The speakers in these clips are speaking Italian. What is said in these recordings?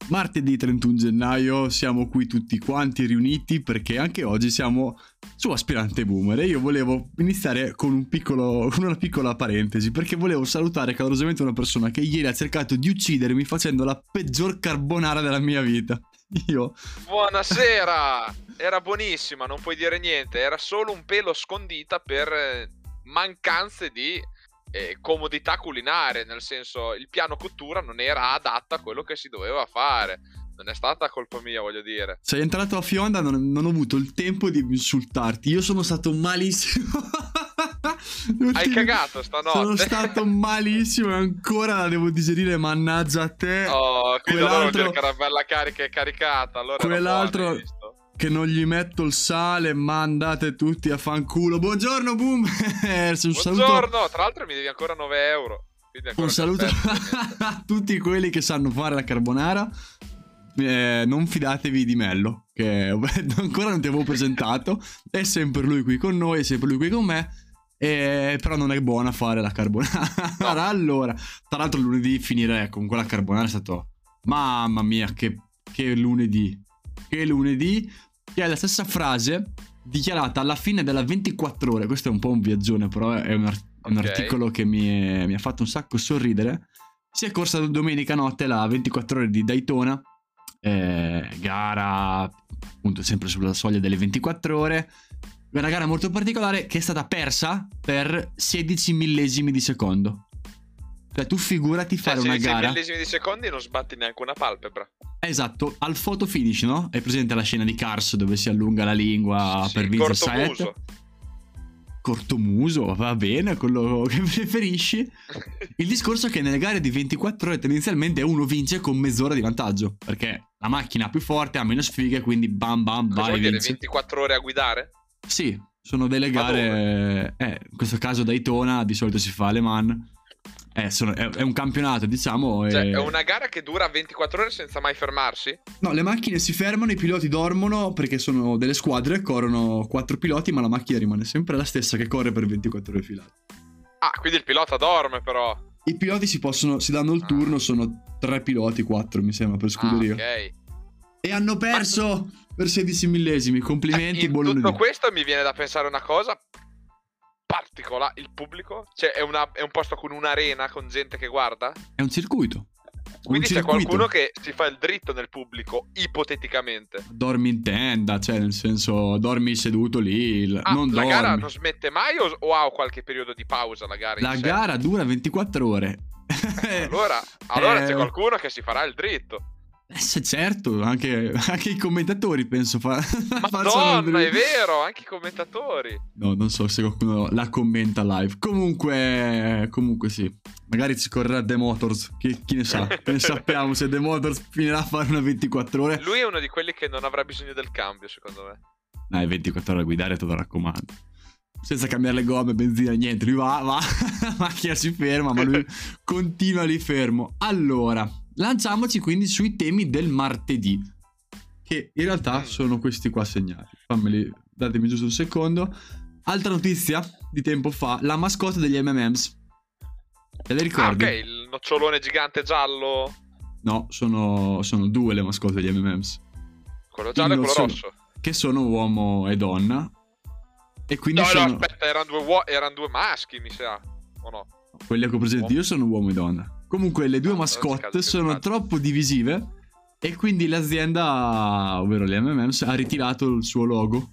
Martedì 31 gennaio siamo qui tutti quanti riuniti perché anche oggi siamo su Aspirante Boomer e io volevo iniziare con una piccola parentesi perché volevo salutare calorosamente una persona che ieri ha cercato di uccidermi facendo la peggior carbonara della mia vita. Buonasera! Era buonissima, non puoi dire niente, era solo un pelo scondita per mancanze di comodità culinarie, nel senso il piano cottura non era adatta a quello che si doveva fare. Non è stata colpa mia, voglio dire. Sei entrato a Fionda, non ho avuto il tempo di insultarti. Io sono stato malissimo. Hai cagato stanotte? Sono stato malissimo e ancora la devo digerire, mannaggia a te. Oh, quindi allora vuol dire che era bella carica e caricata. Allora quell'altro che non gli metto il sale, ma andate tutti a fanculo. Buongiorno Boomers. Buongiorno, tra l'altro mi devi ancora 9 euro. Un saluto a tutti quelli che sanno fare la carbonara. Non fidatevi di Mello, che ancora non ti avevo presentato. È sempre lui qui con noi, è sempre lui qui con me. Però non è buona fare la carbonara. No. Allora, tra l'altro lunedì finire con quella carbonara è stato, mamma mia, che lunedì. Che lunedì, che è la stessa frase dichiarata alla fine della 24 ore. Questo è un po' un viaggione, però è un articolo che mi ha fatto un sacco sorridere. Si è corsa domenica notte la 24 ore di Daytona, gara appunto sempre sulla soglia delle 24 ore. Una gara molto particolare che è stata persa per 16 millesimi di secondo. Cioè tu figurati fare una gara 16 millesimi di secondi e non sbatti neanche una palpebra. Esatto, al photo finish, no? È presente la scena di Cars dove si allunga la lingua per vincere il set? Cortomuso, va bene, quello che preferisci. Il discorso è che nelle gare di 24 ore tendenzialmente uno vince con mezz'ora di vantaggio, perché la macchina più forte ha meno sfighe, quindi bam bam vai. Vuol dire 24 ore a guidare? Sì, sono delle gare, in questo caso Daytona, di solito si fa Le Mans. È un campionato, diciamo. Cioè, è una gara che dura 24 ore senza mai fermarsi? No, le macchine si fermano, i piloti dormono perché sono delle squadre, corrono 4 piloti, ma la macchina rimane sempre la stessa che corre per 24 ore filate. Ah, quindi il pilota dorme però. I piloti si danno il turno, sono 3 piloti, 4 mi sembra, per scuderia. Ok. E hanno perso per 16 millesimi, complimenti, buon lunedì. Tutto questo mi viene da pensare una cosa particolare, il pubblico? Cioè è un posto con un'arena, con gente che guarda? È un circuito. Quindi c'è qualcuno che si fa il dritto nel pubblico, ipoteticamente. Dormi in tenda, cioè nel senso dormi seduto lì, non la dormi. Gara non smette mai o ha qualche periodo di pausa la gara? La gara dura 24 ore. Allora c'è qualcuno che si farà il dritto. Certo, anche i commentatori penso Madonna, è vero, anche i commentatori. No, non so se qualcuno la commenta live. Comunque sì. Magari ci correrà The Motors, chi ne sa. Ne sappiamo se The Motors finirà a fare una 24 ore. Lui è uno di quelli che non avrà bisogno del cambio, secondo me. Dai, 24 ore a guidare, te lo raccomando. Senza cambiare le gomme, benzina, niente. Lui va, la macchina si ferma, ma lui continua lì fermo. Allora, lanciamoci quindi sui temi del martedì, che in realtà sono questi qua segnati. Datemi giusto un secondo. Altra notizia di tempo fa, la mascotte degli M&M's. Te le ricordi? Ok, il nocciolone gigante giallo. No, sono 2 le mascotte degli M&M's. Quello giallo e quello rosso. Che sono uomo e donna. E quindi no, aspetta, erano due maschi, mi sa. O no? Quelli che ho presente io sono uomo e donna. Comunque le due mascotte sono troppo divisive e quindi l'azienda, ovvero le M&M's, ha ritirato il suo logo.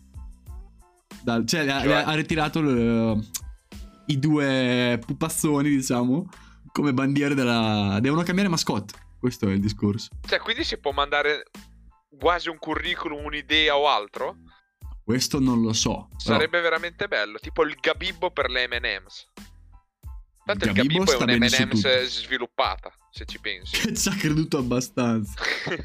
Ha ritirato i 2 pupazzoni, diciamo, come bandiere devono cambiare mascotte. Questo è il discorso. Cioè, quindi si può mandare quasi un curriculum, un'idea o altro? Questo non lo so. Sarebbe veramente bello, tipo il Gabibbo per le M&M's. Tanto il Gabibbo Gabibbo è un M&M's sviluppata, se ci pensi. Che ci ha creduto abbastanza.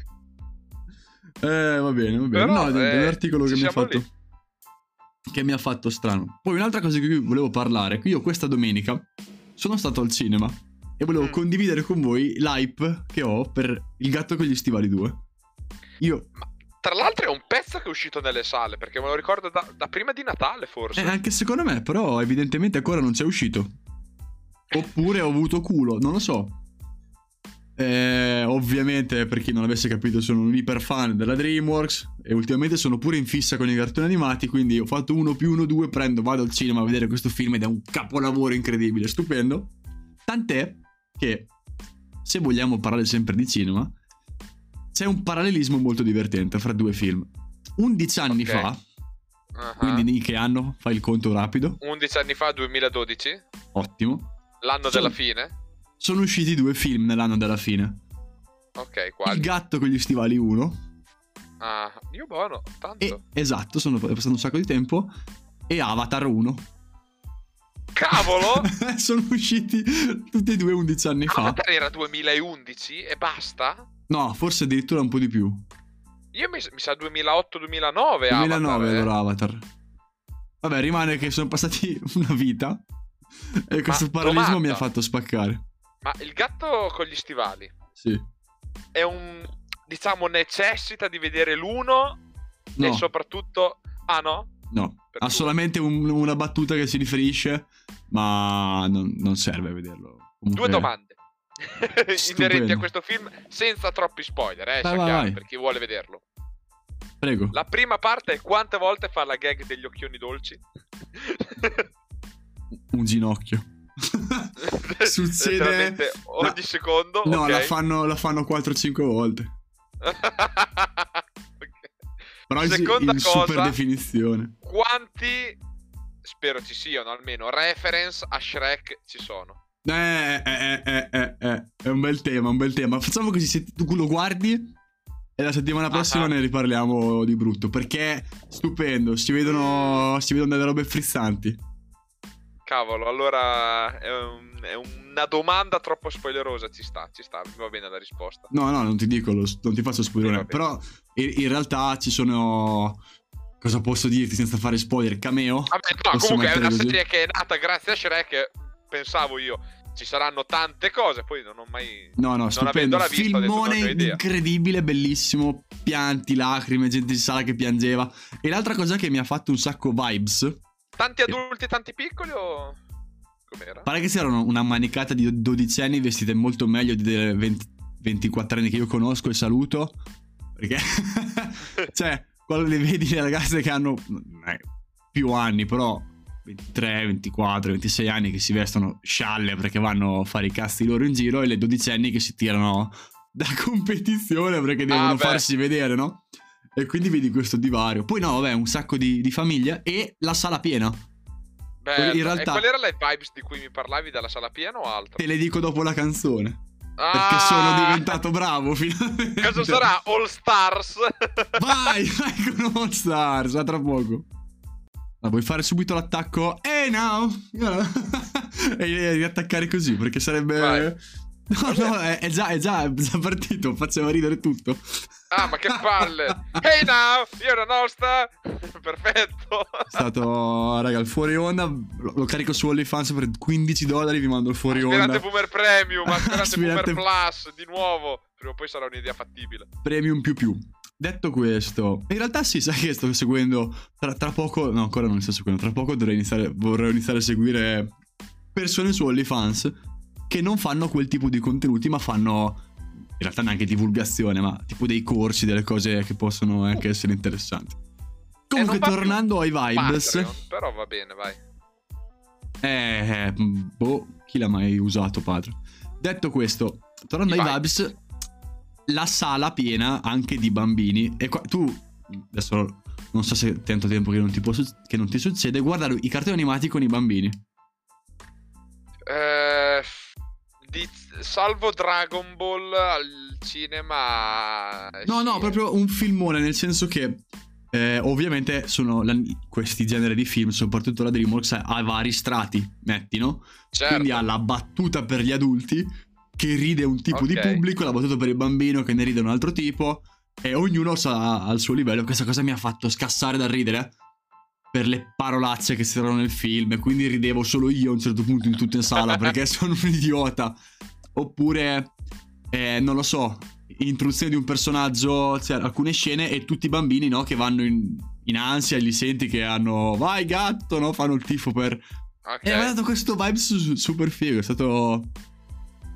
Va bene. Però, no, è un articolo che mi ha fatto strano. Poi un'altra cosa di cui volevo parlare. Io questa domenica sono stato al cinema e volevo condividere con voi l'hype che ho per Il gatto con gli stivali 2. Ma tra l'altro è un pezzo che è uscito nelle sale, perché me lo ricordo da prima di Natale forse. Anche secondo me, però evidentemente ancora non c'è uscito. Oppure ho avuto culo, non lo so. Ovviamente, per chi non avesse capito, sono un iper fan della DreamWorks e ultimamente sono pure in fissa con i cartoni animati, quindi ho fatto 1+1=2, vado al cinema a vedere questo film ed è un capolavoro incredibile, stupendo. Tant'è che, se vogliamo parlare sempre di cinema, c'è un parallelismo molto divertente fra due film. 11 anni fa, quindi in che anno? Fai il conto rapido. 11 anni fa, 2012. Ottimo. L'anno della fine. Sono usciti due film nell'anno della fine. Ok, quali? Il gatto con gli stivali 1. Ah, io buono, tanto. Esatto, è passato un sacco di tempo. E Avatar 1. Cavolo! Sono usciti tutti e due 11 anni fa. Avatar era 2011 e basta? No, forse addirittura un po' di più. Io mi sa 2008-2009 2009 Avatar, allora Avatar. Vabbè, rimane che sono passati una vita. E questo parallelismo mi ha fatto spaccare. Ma il gatto con gli stivali sì, è un, diciamo, necessita di vedere l'uno? No. E soprattutto... Ah no? No, ha solamente una battuta che si riferisce, ma non serve a vederlo. Comunque... Due domande Stupendo. inerenti a questo film, senza troppi spoiler, sia chiaro, per chi vuole vederlo. Prego. La prima parte è: quante volte fa la gag degli occhioni dolci? Un ginocchio. Succede ogni secondo. No, okay. la fanno 4-5 volte. Però seconda in cosa, super definizione. Quanti, spero ci siano almeno, reference a Shrek ci sono? È un bel tema, Facciamo così, se tu lo guardi e la settimana prossima ne riparliamo di brutto, perché stupendo, si vedono delle robe frizzanti. Cavolo, allora è una domanda troppo spoilerosa, ci sta, mi va bene la risposta. No, non ti dico, non ti faccio spoilerare, però in realtà ci sono... Cosa posso dirti senza fare spoiler? Cameo? Vabbè, no, comunque è una serie che è nata grazie a Shrek, pensavo io. Ci saranno tante cose, poi non ho mai... No, stupendo, vista, filmone incredibile, bellissimo, pianti, lacrime, gente in sala che piangeva. E l'altra cosa che mi ha fatto un sacco vibes... Tanti adulti e tanti piccoli o... com'era? Pare che siano una manicata di 12 anni vestite molto meglio delle 24 anni che io conosco e saluto. Perché... cioè, quando le vedi le ragazze che hanno più anni, però 23, 24, 26 anni che si vestono scialle perché vanno a fare i cazzi loro in giro, e le 12 anni che si tirano da competizione perché devono farsi vedere, no? E quindi vedi questo divario. Poi no, vabbè, un sacco di famiglia e la sala piena. Bello. In realtà, e quali erano le vibes di cui mi parlavi, dalla sala piena o altro? Te le dico dopo la canzone. Perché sono diventato bravo finalmente. Cosa sarà? All Stars? Vai con All Stars, a tra poco. Ma vuoi fare subito l'attacco? Hey now! E riattaccare così, perché sarebbe... Vai. No, è già partito, faceva ridere tutto. Ah, ma che palle! Hey now, you're an all-star! Perfetto! È stato, raga, il fuori onda, lo carico su OnlyFans per $15, vi mando il fuori onda. Aspirante Boomer Premium, aspirante Boomer Plus, di nuovo. Prima o poi sarà un'idea fattibile. Premium più. Detto questo, in realtà sì, sai che sto seguendo tra poco, no, ancora non li sto seguendo, tra poco vorrei iniziare a seguire persone su OnlyFans che non fanno quel tipo di contenuti, ma fanno in realtà neanche divulgazione, ma tipo dei corsi, delle cose che possono anche essere interessanti. Comunque, tornando ai vibes, Patreon, però va bene, vai. Chi l'ha mai usato, padre? Detto questo, tornando ai vibes, la sala piena anche di bambini. E tu adesso non so se tanto tempo che non ti succede guardare i cartoni animati con i bambini. Salvo Dragon Ball al cinema. No, proprio un filmone, nel senso che ovviamente sono questi generi di film, soprattutto la DreamWorks, ha vari strati, metti, no? Certo. Quindi ha la battuta per gli adulti che ride un tipo di pubblico, la battuta per il bambino che ne ride un altro tipo, e ognuno ha il suo livello. Questa cosa mi ha fatto scassare dal ridere per le parolacce che c'erano nel film, e quindi ridevo solo io a un certo punto in tutta in sala perché sono un idiota. Oppure non lo so, introduzione di un personaggio, cioè alcune scene e tutti i bambini, no, che vanno in ansia, e li senti che hanno vai gatto, no, fanno il tifo per... E mi ha dato questo vibe super figo, è stato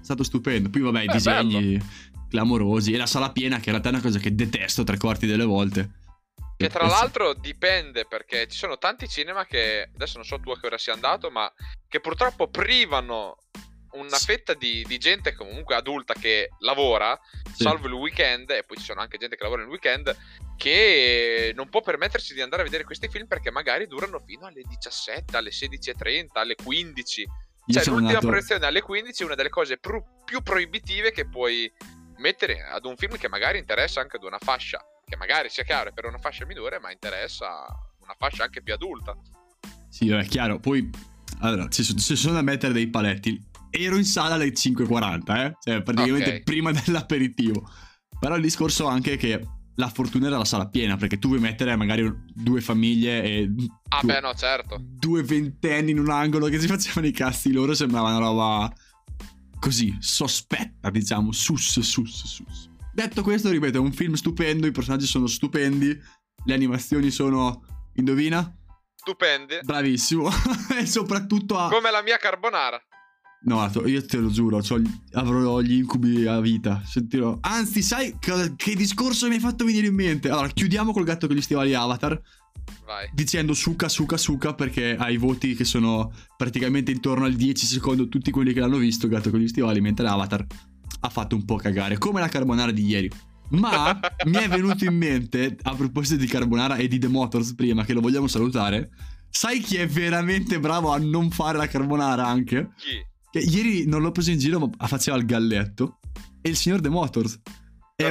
stato stupendo. Poi vabbè, i disegni clamorosi, e la sala piena, che in realtà è una cosa che detesto 3/4 delle volte. Che tra l'altro dipende, perché ci sono tanti cinema che, adesso non so tu a che ora sia andato, ma che purtroppo privano una fetta di gente comunque adulta che lavora, salvo il weekend, e poi ci sono anche gente che lavora nel weekend, che non può permettersi di andare a vedere questi film perché magari durano fino alle 17, alle 16:30, alle 15. Cioè l'ultima proiezione alle 15 è una delle cose più proibitive che puoi mettere ad un film che magari interessa anche ad una fascia, che magari sia chiaro è per una fascia minore, ma interessa una fascia anche più adulta. Sì, è chiaro. Poi, allora, ci sono da mettere dei paletti. Ero in sala alle 5:40, cioè praticamente prima dell'aperitivo. Però il discorso anche che la fortuna era la sala piena, perché tu vuoi mettere magari 2 famiglie e no, certo, 2 ventenni in un angolo che si facevano i cazzi loro, sembrava una roba così sospetta, diciamo, sus. Detto questo, ripeto, è un film stupendo, i personaggi sono stupendi, le animazioni sono, indovina? Stupendi. Bravissimo. E soprattutto come la mia carbonara. No, io te lo giuro, avrò gli incubi a vita. Sentirò. Anzi, sai che discorso mi hai fatto venire in mente? Allora, chiudiamo col gatto con gli stivali Avatar. Vai. Dicendo suca, perché hai voti che sono praticamente intorno al 10 secondo tutti quelli che l'hanno visto, gatto con gli stivali, mentre Avatar ha fatto un po' cagare, come la carbonara di ieri. Ma mi è venuto in mente, a proposito di carbonara e di The Motors prima, che lo vogliamo salutare, sai chi è veramente bravo a non fare la carbonara anche? Chi? Che ieri non l'ho preso in giro, ma faceva il galletto. E il signor The Motors. È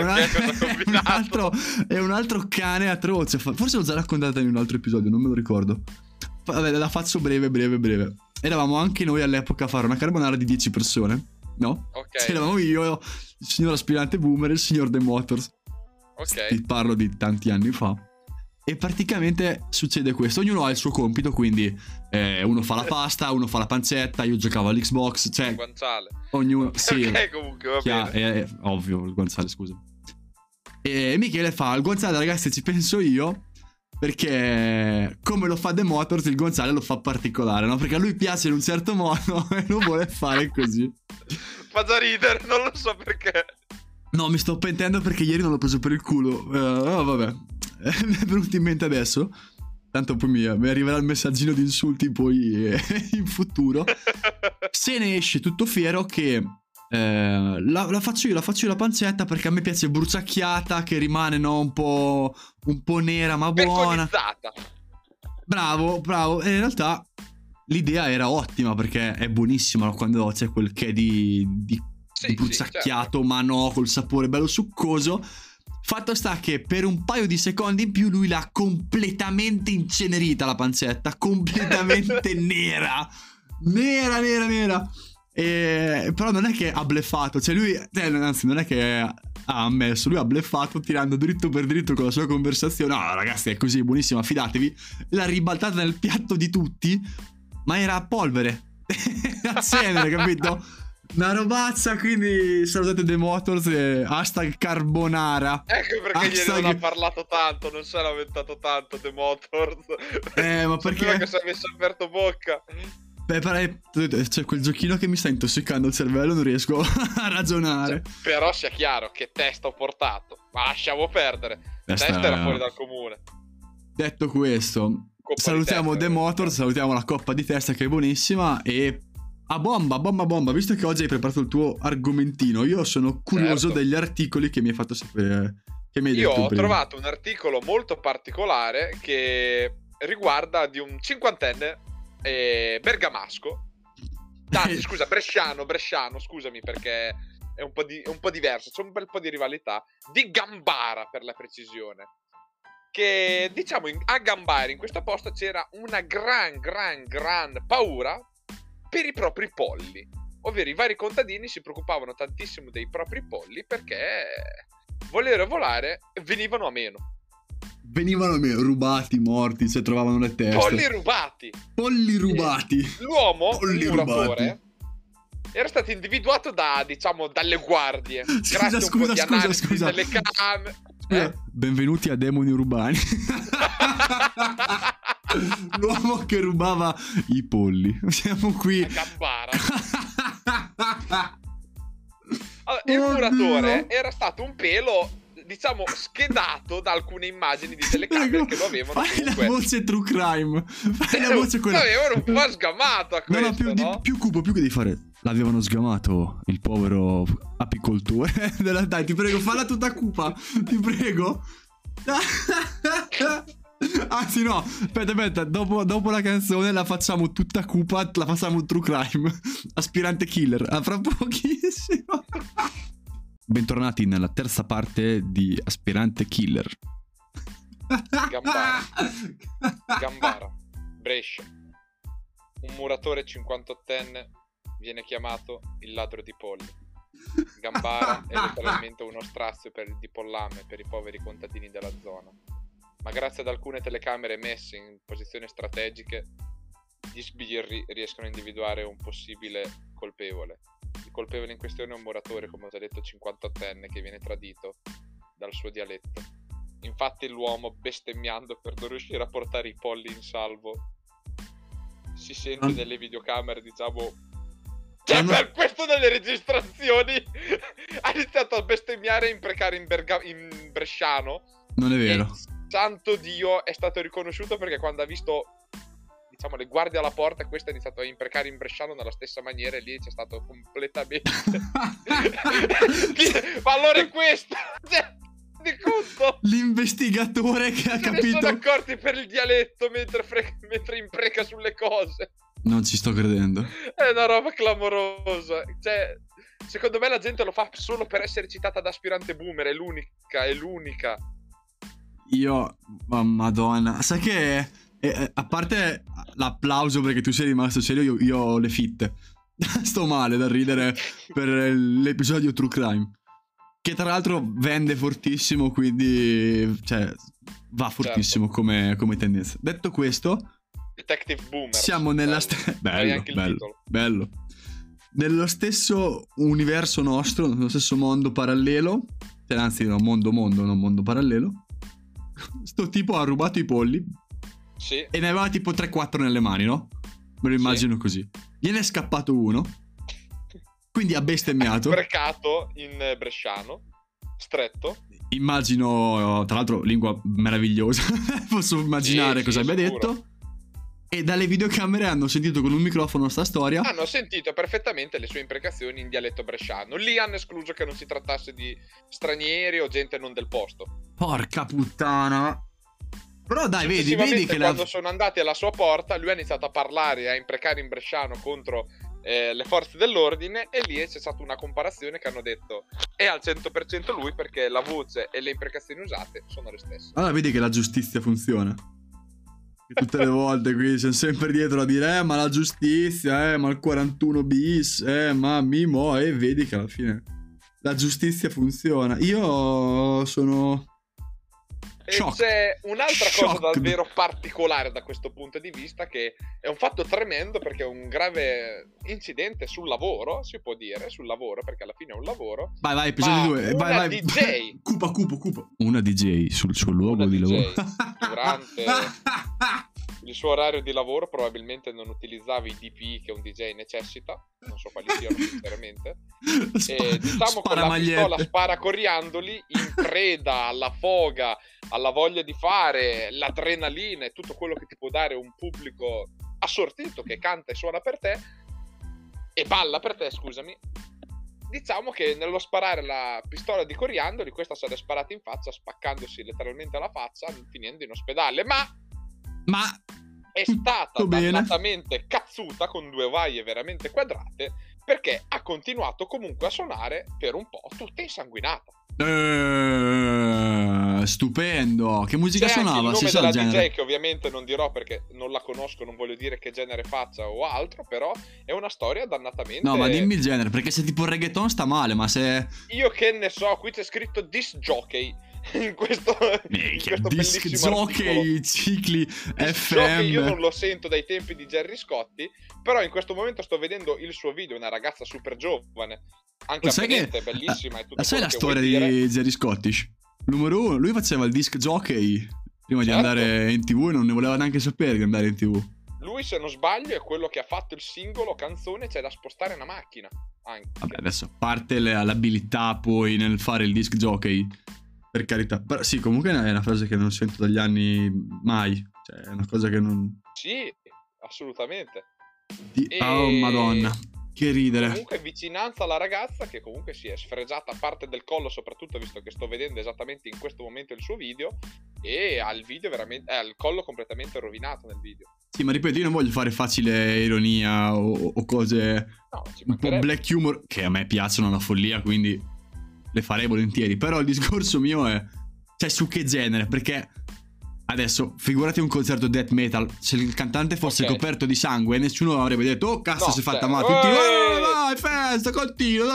un altro cane atroce. Forse l'ho già raccontata in un altro episodio, non me lo ricordo. Vabbè, la faccio breve. Eravamo anche noi all'epoca a fare una carbonara di 10 persone, no? Ok. Eravamo io, il signor aspirante boomer e il signor The Motors. Ok. Ti parlo di tanti anni fa. E praticamente succede questo, ognuno ha il suo compito, quindi uno fa la pasta, uno fa la pancetta, io giocavo all'Xbox, cioè il guanciale. Ognuno, sì, ok, comunque va bene. È ovvio, il guanciale, scusa. E Michele fa il guanciale, ragazzi, ci penso io, perché come lo fa The Motors, il guanciale lo fa particolare, no? Perché a lui piace in un certo modo e lo vuole fare così. Fa già ridere, non lo so perché. No, mi sto pentendo perché ieri non l'ho preso per il culo. Vabbè. Mi è venuto in mente adesso. Tanto poi mi arriverà il messaggino di insulti poi in futuro. Se ne esce tutto fiero che la faccio io la pancetta, perché a me piace bruciacchiata, che rimane, no, un po' nera ma buona. Bravo. E in realtà l'idea era ottima, perché è buonissima, no? Quando c'è quel che di bruciacchiato, certo. Ma no, col sapore bello succoso. Fatto sta che per un paio di secondi in più lui l'ha completamente incenerita la pancetta, completamente nera. Però non è che ha bleffato, cioè lui, anzi non è che ha ammesso, lui ha bleffato tirando dritto per dritto con la sua conversazione. No ragazzi, è così, buonissima, fidatevi. L'ha ribaltata nel piatto di tutti, ma era a polvere, a cenere, capito? Una robazza, quindi salutate The Motors e hashtag carbonara. Ecco perché ieri non ha parlato tanto, non si è lamentato tanto The Motors. Ma perché? Che si è messo aperto bocca. C'è quel giochino che mi sta intossicando il cervello, non riesco a ragionare. Però sia chiaro, che testa ho portato. Ma lasciamo perdere. Testa era fuori dal comune. Detto questo, salutiamo The Motors, salutiamo la coppa di testa che è buonissima. E a bomba, visto che oggi hai preparato il tuo argomentino, io sono curioso degli articoli che mi hai fatto sapere. Che mi hai detto prima. Io ho trovato un articolo molto particolare che riguarda di un cinquantenne bergamasco. Anzi, scusa, bresciano, scusami, perché è un po' diverso, c'è un bel po' di rivalità. Di Gambara, per la precisione. Che, diciamo, a Gambara, in questo posto, c'era una gran paura per i propri polli, ovvero i vari contadini si preoccupavano tantissimo dei propri polli perché volere volare venivano a meno, rubati, morti, se trovavano le teste. Polli rubati. L'uomo, il muratore, era stato individuato dalle guardie. Scusa. Delle came. Benvenuti a Demoni Urbani. L'uomo che rubava i polli. Siamo qui. Gambara. Allora, il muratore era stato un pelo, diciamo, schedato da alcune immagini di telecamere che lo avevano Fai comunque... la voce true crime. Fai la voce quella. L'avevano un po' sgamato a questo, no? Più cupo, più che devi fare. L'avevano sgamato il povero apicoltore. Dai, ti prego, falla tutta cupa. Ti prego. Anzi no, aspetta, dopo la canzone la facciamo tutta cupa, la facciamo true crime. Aspirante killer, fra pochissimo. Bentornati nella terza parte di Aspirante Killer. Gambara, Brescia. Un muratore 58enne viene chiamato il ladro di polli. Gambara è letteralmente uno strazio di pollame per i poveri contadini della zona. Ma grazie ad alcune telecamere messe in posizioni strategiche, gli sbirri riescono a individuare un possibile colpevole. Il colpevole in questione è un muratore, come ho già detto, 58enne, che viene tradito dal suo dialetto. Infatti l'uomo, bestemmiando per non riuscire a portare i polli in salvo, si sente nelle videocamere, diciamo... Cioè, per questo nelle registrazioni ha iniziato a bestemmiare e imprecare in bresciano. Non è vero. Santo Dio, è stato riconosciuto perché quando ha visto, diciamo, le guardie alla porta, questo ha iniziato a imprecare in bresciano nella stessa maniera e lì c'è stato completamente... Ma allora è questo! Cioè, di conto! L'investigatore che ha capito... Se ne sono accorti per il dialetto mentre impreca sulle cose. Non ci sto credendo. È una roba clamorosa. Cioè, secondo me la gente lo fa solo per essere citata da Aspirante Boomer, è l'unica. Io, oh, madonna, sai che a parte l'applauso perché tu sei rimasto serio, io ho le fitte. Sto male da ridere per l'episodio True Crime, che tra l'altro vende fortissimo, quindi cioè va fortissimo, certo, come tendenza. Detto questo, Detective Boomer, siamo nella bello. Nello stesso universo nostro, nello stesso mondo parallelo, cioè, anzi no, mondo, non mondo parallelo. Sto tipo ha rubato i polli, sì, e ne aveva tipo 3-4 nelle mani, no? Me lo immagino, sì, così. Gliene è scappato uno, quindi ha bestemmiato. Sprecato in bresciano, stretto. Immagino, tra l'altro, lingua meravigliosa. Posso immaginare, sì, cosa abbia detto. E dalle videocamere hanno sentito con un microfono sta storia. Hanno sentito perfettamente le sue imprecazioni in dialetto bresciano. Lì hanno escluso che non si trattasse di stranieri o gente non del posto. Porca puttana. Però dai, vedi che quando sono andati alla sua porta, lui ha iniziato a parlare e a imprecare in bresciano contro le forze dell'ordine, e lì c'è stata una comparazione che hanno detto è al 100% lui, perché la voce e le imprecazioni usate sono le stesse. Allora vedi che la giustizia funziona. Tutte le volte qui siamo sempre dietro a dire ma la giustizia, ma il 41 bis, ma Mimo, e vedi che alla fine la giustizia funziona. Io sono... E c'è un'altra cosa davvero particolare da questo punto di vista, che è un fatto tremendo, perché è un grave incidente sul lavoro, si può dire, sul lavoro, perché alla fine è un lavoro. Vai, episodio 2. Vai. DJ. Cupa. Una DJ sul suo luogo di lavoro. Durante il suo orario di lavoro probabilmente non utilizzava i DPI che un DJ necessita, non so quali siano sinceramente, e diciamo con la pistola sparacoriandoli, in preda alla foga, alla voglia di fare, l'adrenalina e tutto quello che ti può dare un pubblico assortito che canta e suona per te e balla per te, scusami. Diciamo che nello sparare la pistola di coriandoli, questa se l'è sparata in faccia, spaccandosi letteralmente la faccia, finendo in ospedale, ma è stata dannatamente cazzuta con 2 ovaie veramente quadrate, perché ha continuato comunque a suonare per un po', tutta insanguinata. Stupendo. Che musica suonava? C'è anche il nome della DJ, che ovviamente non dirò perché non la conosco, non voglio dire che genere faccia o altro, però è una storia dannatamente... No, ma dimmi il genere, perché se tipo reggaeton sta male, ma se... Io che ne so, qui c'è scritto disc jockey in questo disc jockey, cicli FM. Jockey io non lo sento dai tempi di Gerry Scotti, però in questo momento sto vedendo il suo video, una ragazza super giovane, anche apparente, bellissima e tutto. Sai la storia di Gerry Scottish? Numero 1, lui faceva il disc jockey prima, certo, di andare in TV, e non ne voleva neanche sapere di andare in TV. Lui lui, se non sbaglio, è quello che ha fatto il singolo canzone, c'è da spostare una macchina anche. Vabbè, adesso, a parte l'abilità poi nel fare il disc jockey, per carità. Però sì, comunque è una frase che non sento dagli anni mai. Cioè, è una cosa che non... Sì, assolutamente. Oh, madonna. Che ridere. Comunque vicinanza alla ragazza, che comunque si è sfregiata a parte del collo, soprattutto visto che sto vedendo esattamente in questo momento il suo video, e ha il video veramente, il collo completamente rovinato nel video. Sì, ma ripeto, io non voglio fare facile ironia o cose un po' black humor, che a me piacciono alla follia, quindi le farei volentieri. Però il discorso mio è, cioè, su che genere? Perché adesso, figurati un concerto death metal, se il cantante fosse coperto di sangue, nessuno avrebbe detto, oh cazzo, si è fatta male. Tutti, vai, festa, continua,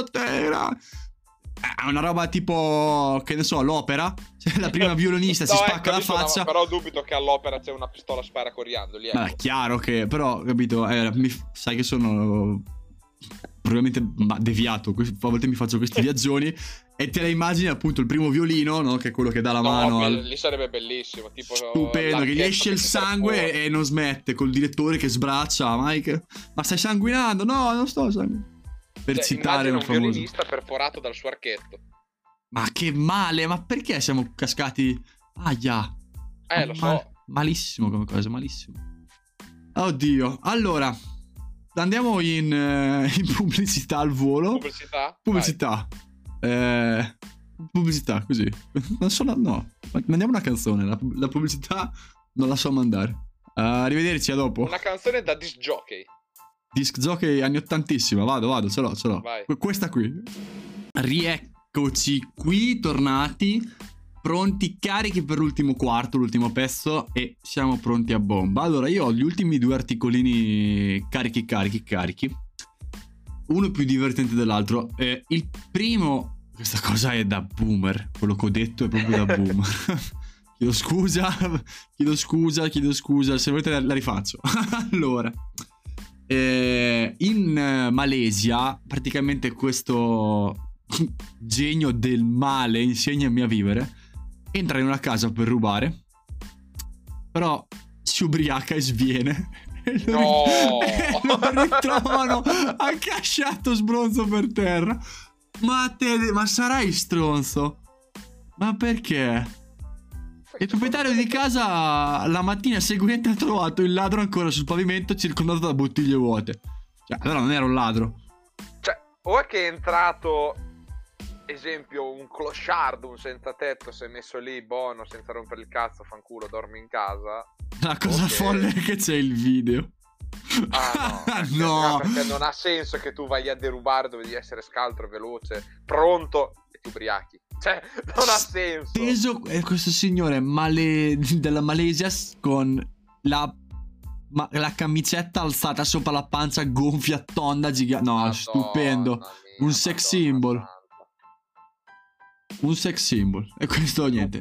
è una roba tipo, che ne so, l'opera. Cioè, la prima violinista si spacca la faccia. Però dubito che all'opera c'è una pistola spara coriandoli. Ecco. Chiaro che, però, capito, sai che sono probabilmente deviato. A volte mi faccio questi viaggioni e te la immagini appunto il primo violino, no? Che è quello che dà la mano. Lì sarebbe bellissimo. Tipo, stupendo, che gli esce il sangue e non smette, col direttore che sbraccia. Mike, ma stai sanguinando? No, non sto sanguinando. Per citare un famoso violinista perforato dal suo archetto. Ma che male, ma perché siamo cascati? Aia. Lo so. Malissimo come cosa, malissimo. Oddio. Allora, andiamo in pubblicità al volo. Pubblicità. Pubblicità, così. Non so, no. Mandiamo una canzone. La pubblicità non la so mandare. Arrivederci, a dopo. Una canzone da disc jockey. Disc jockey anni ottantissima. Vado, ce l'ho. Vai. Questa qui. Rieccoci qui, tornati, pronti, carichi per l'ultimo quarto, l'ultimo pezzo, e siamo pronti a bomba. Allora, io ho gli ultimi due articolini carichi. Uno più divertente dell'altro. Il primo, questa cosa è da boomer, quello che ho detto è proprio da boomer. Chiedo scusa, se volete la rifaccio. Allora, in Malesia, praticamente questo genio del male, insegnami a vivere, entra in una casa per rubare, però si ubriaca e sviene. E lo ritrovano accasciato sbronzo per terra. Ma sarai stronzo? Ma perché? Il proprietario di casa la mattina seguente ha trovato il ladro ancora sul pavimento, circondato da bottiglie vuote. Cioè, allora non era un ladro. Cioè, o è che è entrato, esempio, un clochard, un senza tetto, si è messo lì, buono, senza rompere il cazzo, fanculo, dormi in casa. La cosa folle è che c'è il video. No, perché non ha senso che tu vai a derubare dove devi essere scaltro, veloce, pronto e ti ubriachi. Cioè, non ha senso. Steso questo signore della Malesia con la camicetta alzata sopra la pancia, gonfia, tonda, gigante. No, Madonna stupendo. Un sex symbol. Un sex symbol. E questo niente.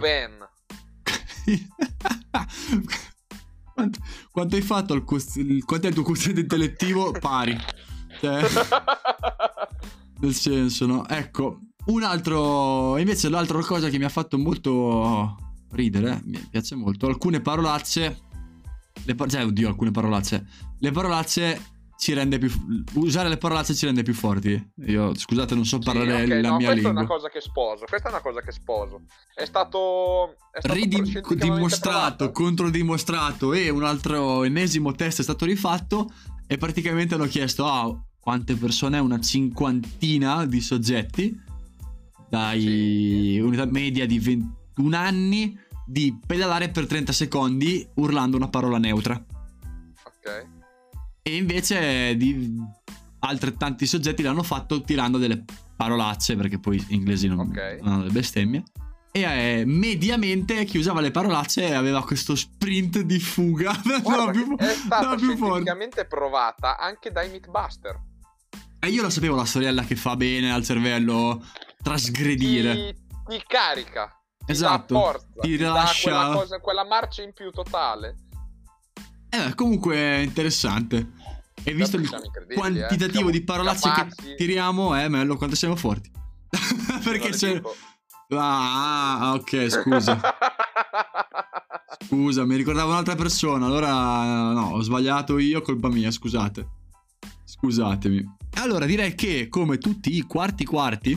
Quanto hai fatto quanto è il tuo quoziente intellettivo? Pari. Cioè, nel senso, no? Ecco, un altro, invece l'altra cosa che mi ha fatto molto ridere, mi piace molto, alcune parolacce, alcune parolacce, le parolacce ci rende più, usare le parolacce ci rende più forti. Io, scusate, non so parlare la mia lingua. Questa è una cosa che sposo. È stato dimostrato, controdimostrato, e un altro ennesimo test è stato rifatto, e praticamente hanno chiesto quante persone, una cinquantina di soggetti dai unità media di 21 anni, di pedalare per 30 secondi urlando una parola neutra. Ok. E invece di altrettanti soggetti l'hanno fatto tirando delle parolacce, perché poi gli inglesi non hanno le bestemmie. E mediamente chi usava le parolacce aveva questo sprint di fuga. È stata scientificamente provata anche dai Mythbuster. E io lo sapevo, la storiella che fa bene al cervello trasgredire. Ti carica. Esatto. Ti dà forza. Ti rilascia quella marcia in più totale. Comunque interessante. E visto il quantitativo di parolacce che tiriamo, Mello, quanto siamo forti. Perché c'è... ok, scusa. Scusa, mi ricordavo un'altra persona. Allora, no, ho sbagliato io, colpa mia, scusate. Scusatemi. Allora, direi che, come tutti i quarti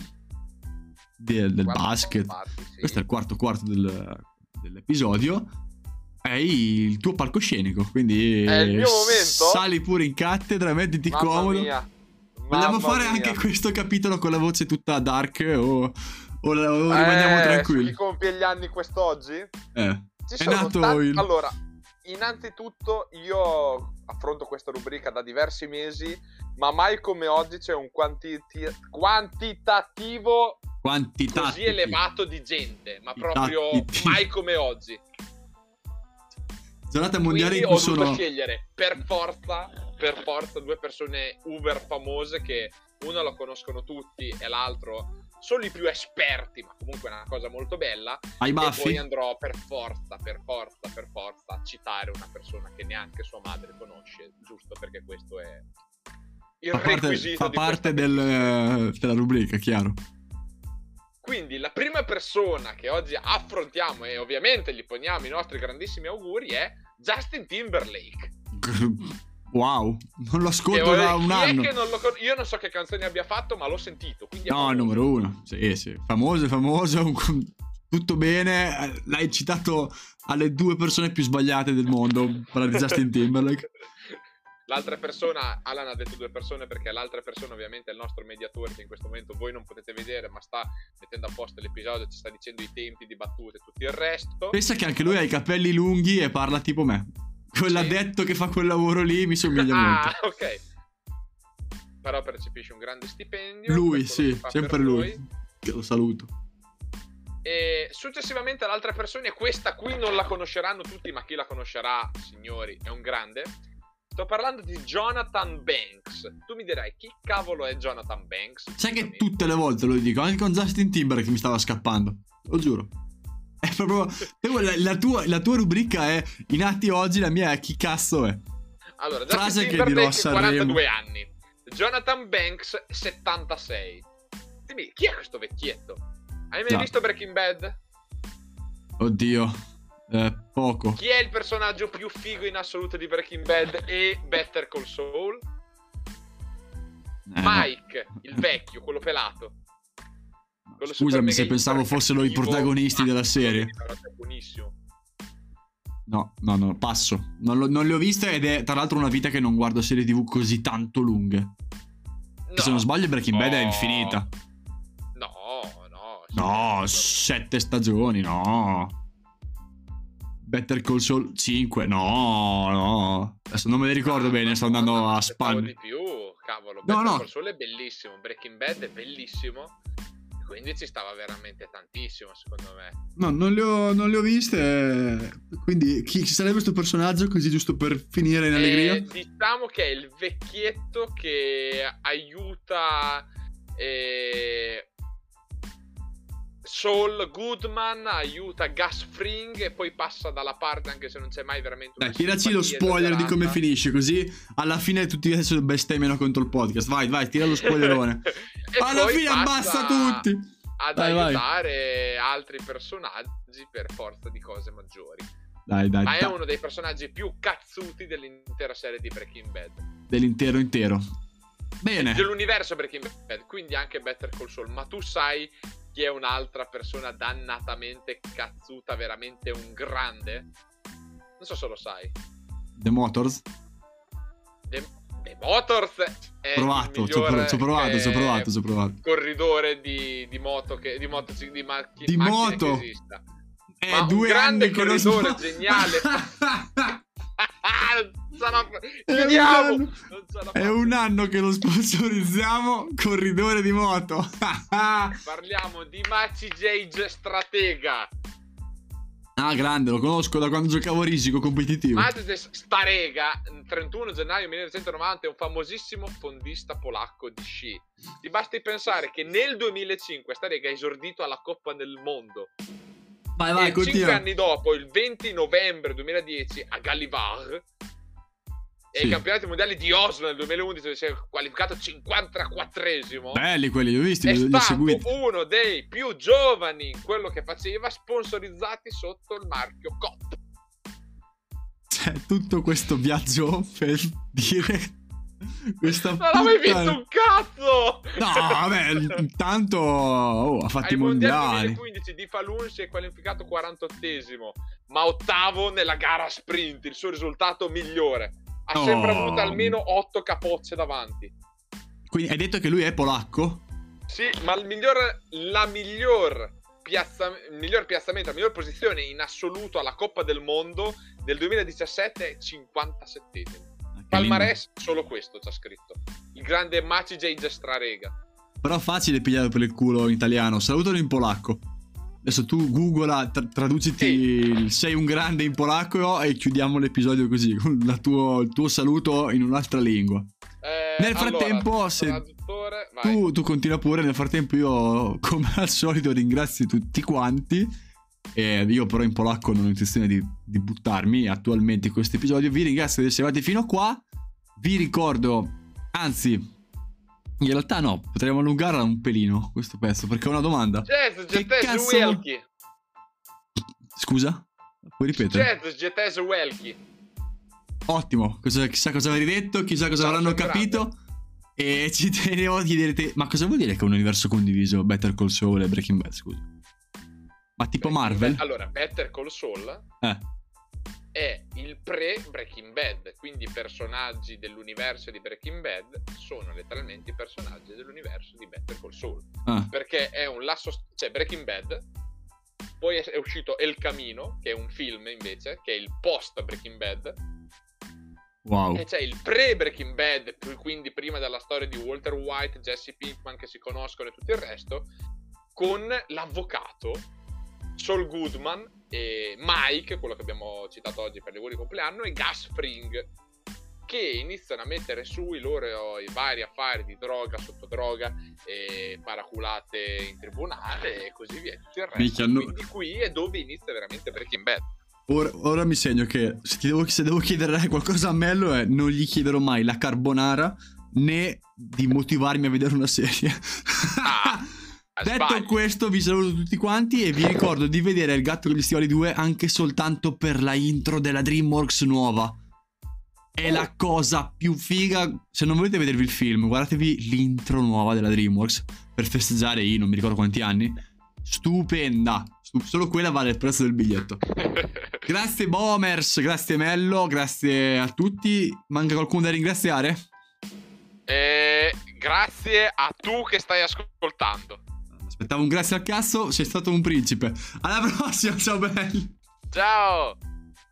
del basket, Sì. questo è il quarto dell'episodio, è il tuo palcoscenico. Quindi È il mio momento? sali pure in cattedra, mettiti Mamma comodo. mia. Vogliamo fare anche questo capitolo con la voce tutta dark o rimaniamo tranquilli? Chi compie gli anni quest'oggi? Ci È sono nato Allora, innanzitutto io affronto questa rubrica da diversi mesi, ma mai come oggi c'è un quantitativo così elevato di gente, ma proprio mai come oggi. Giornata mondiale Quindi in cui ho dovuto scegliere per forza due persone uber famose, che uno lo conoscono tutti e l'altro sono i più esperti, ma comunque è una cosa molto bella. Hai baffi? E poi andrò per forza a citare una persona che neanche sua madre conosce, giusto perché questo è il requisito. Fa parte della rubrica, chiaro. Quindi la prima persona che oggi affrontiamo e ovviamente gli poniamo i nostri grandissimi auguri è Justin Timberlake. Wow, non lo ascolto da un anno. Io non so che canzoni abbia fatto, ma l'ho sentito. Quindi no, numero uno. Sì. Famoso. Tutto bene. L'hai citato alle due persone più sbagliate del mondo. Parlare di Justin Timberlake. L'altra persona, Alan ha detto due persone perché l'altra persona ovviamente è il nostro mediatore, che in questo momento voi non potete vedere, ma sta mettendo a posto l'episodio, ci sta dicendo i tempi di battute e tutto il resto. Pensa che anche lui ha i capelli lunghi e parla tipo me. Quell'addetto che fa quel lavoro lì mi somiglia molto. Ok. Però percepisce un grande stipendio. Lui, sì, sempre lui. Che lo saluto. E successivamente l'altra persona, e questa qui non la conosceranno tutti, ma chi la conoscerà, signori, è un grande. Sto parlando di Jonathan Banks. Tu mi dirai, chi cavolo è Jonathan Banks? Sai che tutte le volte lo dico, anche con Justin Timberlake mi stava scappando. Lo giuro. È proprio... La tua rubrica è I nati oggi, la mia è chi cazzo è. Allora, frase Justin che dirò a Timberlake 42 Sanremo. anni. Jonathan Banks 76. Dimmi, chi è questo vecchietto? Hai mai visto Breaking Bad? Oddio. Poco. Chi è il personaggio più figo in assoluto di Breaking Bad e Better Call Saul? Mike, il vecchio, quello pelato. Quello scusami se pensavo fossero i protagonisti della serie. È buonissimo. No, passo. Non le ho viste ed è tra l'altro una vita che non guardo serie TV così tanto lunghe. Se non sbaglio Breaking Bad è infinita. No, 7 stagioni, no. Better Call Saul 5, no. Adesso non me ne ricordo bene, sto andando a spalmi. di più, cavolo. Better Call Saul è bellissimo, Breaking Bad è bellissimo. Quindi ci stava veramente tantissimo, secondo me. No, non le ho viste. Quindi chi sarebbe questo personaggio, così giusto per finire in allegria? Diciamo che è il vecchietto che aiuta Saul Goodman, aiuta Gus Fring e poi passa dalla parte, anche se non c'è mai veramente una tiraci lo spoiler di come finisce, così alla fine tutti adesso bestemmiano contro il podcast. Vai, tira lo spoilerone. Alla fine ammazza tutti ad aiutare altri personaggi per forza di cose maggiori. Dai. Ma è uno dei personaggi più cazzuti dell'intera serie di Breaking Bad. Dell'intero intero. Bene. Dell'universo Breaking Bad, quindi anche Better Call Saul. Ma tu sai chi è un'altra persona dannatamente cazzuta, veramente un grande? Non so se lo sai. The Motors? The Motors è provato, il miglior, ci ho provato. Corridore di moto che di macchine di moto che esista. È 2 anni che corridore geniale. Chiudiamo. È un anno che lo sponsorizziamo. Corridore di moto. Parliamo di Maci Gage Stratega. Ah, grande, lo conosco da quando giocavo a risico competitivo. Maciej Starega, 31 gennaio 1990, è un famosissimo fondista polacco di sci. Ti basti pensare che nel 2005 Starega ha esordito alla Coppa del Mondo. Vai, continua. 5 anni dopo, il 20 novembre 2010, a Gallivar, e ai campionati mondiali di Oslo nel 2011, dove si è qualificato 54esimo. Belli quelli, li ho visti, è li ho seguiti. Uno dei più giovani in quello che faceva, sponsorizzati sotto il marchio COP. Cioè, tutto questo viaggio per dire questa Non ha mai puttana- vinto un cazzo! No, vabbè, intanto ha fatto Ai i mondiali mondiali. 2015 Di Falun si è qualificato 48esimo, ma ottavo nella gara sprint, il suo risultato migliore. Ha sempre Oh. avuto almeno 8 capocce davanti. Quindi hai detto che lui è polacco? Sì, ma il miglior piazzamento, la miglior posizione in assoluto alla Coppa del Mondo del 2017 è 57esimo. Palmarès, solo questo c'ha scritto. Il grande Maciej Strarega. Però facile pigliarlo per il culo in italiano. Salutalo in polacco. Adesso tu googla, traduciti il sei un grande in polacco e chiudiamo l'episodio così, con il tuo saluto in un'altra lingua. Nel frattempo, allora, se traduttore, vai. tu continua pure, nel frattempo io, come al solito, ringrazio tutti quanti. E io però in polacco non ho intenzione di buttarmi attualmente in questo episodio. Vi ringrazio di essere arrivati fino a qua. Vi ricordo, anzi, in realtà no, potremmo allungarla un pelino questo pezzo, perché ho una domanda. Che cazzo- Welki. Scusa? Puoi ripetere? Jazz Welki. Ottimo, chissà cosa avrei detto, chissà cosa Ciao, avranno sei capito. E ci tenevo a chiederti, ma cosa vuol dire che è un universo condiviso Better Call Saul e Breaking Bad, scusa? Ma tipo Marvel? Allora, Better Call Saul è il pre-Breaking Bad, quindi i personaggi dell'universo di Breaking Bad sono letteralmente i personaggi dell'universo di Better Call Saul. Perché è un lasso, cioè Breaking Bad, poi è uscito El Camino, che è un film invece, che è il post Breaking Bad. Wow. E c'è il pre-Breaking Bad, quindi prima della storia di Walter White, Jesse Pinkman, che si conoscono e tutto il resto, con l'avvocato Saul Goodman e Mike, quello che abbiamo citato oggi per gli auguri di compleanno, e Gus Fring, che iniziano a mettere su i vari affari di droga, sottodroga e paraculate in tribunale e così via, tutto il resto. Quindi qui è dove inizia veramente Breaking Bad. Ora mi segno che se devo chiedere qualcosa a Mello non gli chiederò mai la carbonara né di motivarmi a vedere una serie. Detto questo, vi saluto tutti quanti e vi ricordo di vedere Il gatto con gli stivali 2 anche soltanto per la intro della DreamWorks nuova. È la cosa più figa. Se non volete vedervi il film, guardatevi l'intro nuova della DreamWorks per festeggiare i non mi ricordo quanti anni. Stupenda. Solo quella vale il prezzo del biglietto. Grazie Boomers, grazie Mello, grazie a tutti. Manca qualcuno da ringraziare? Grazie a tu che stai ascoltando. Aspettavo un grazie al cazzo, sei stato un principe. Alla prossima, ciao belli. Ciao.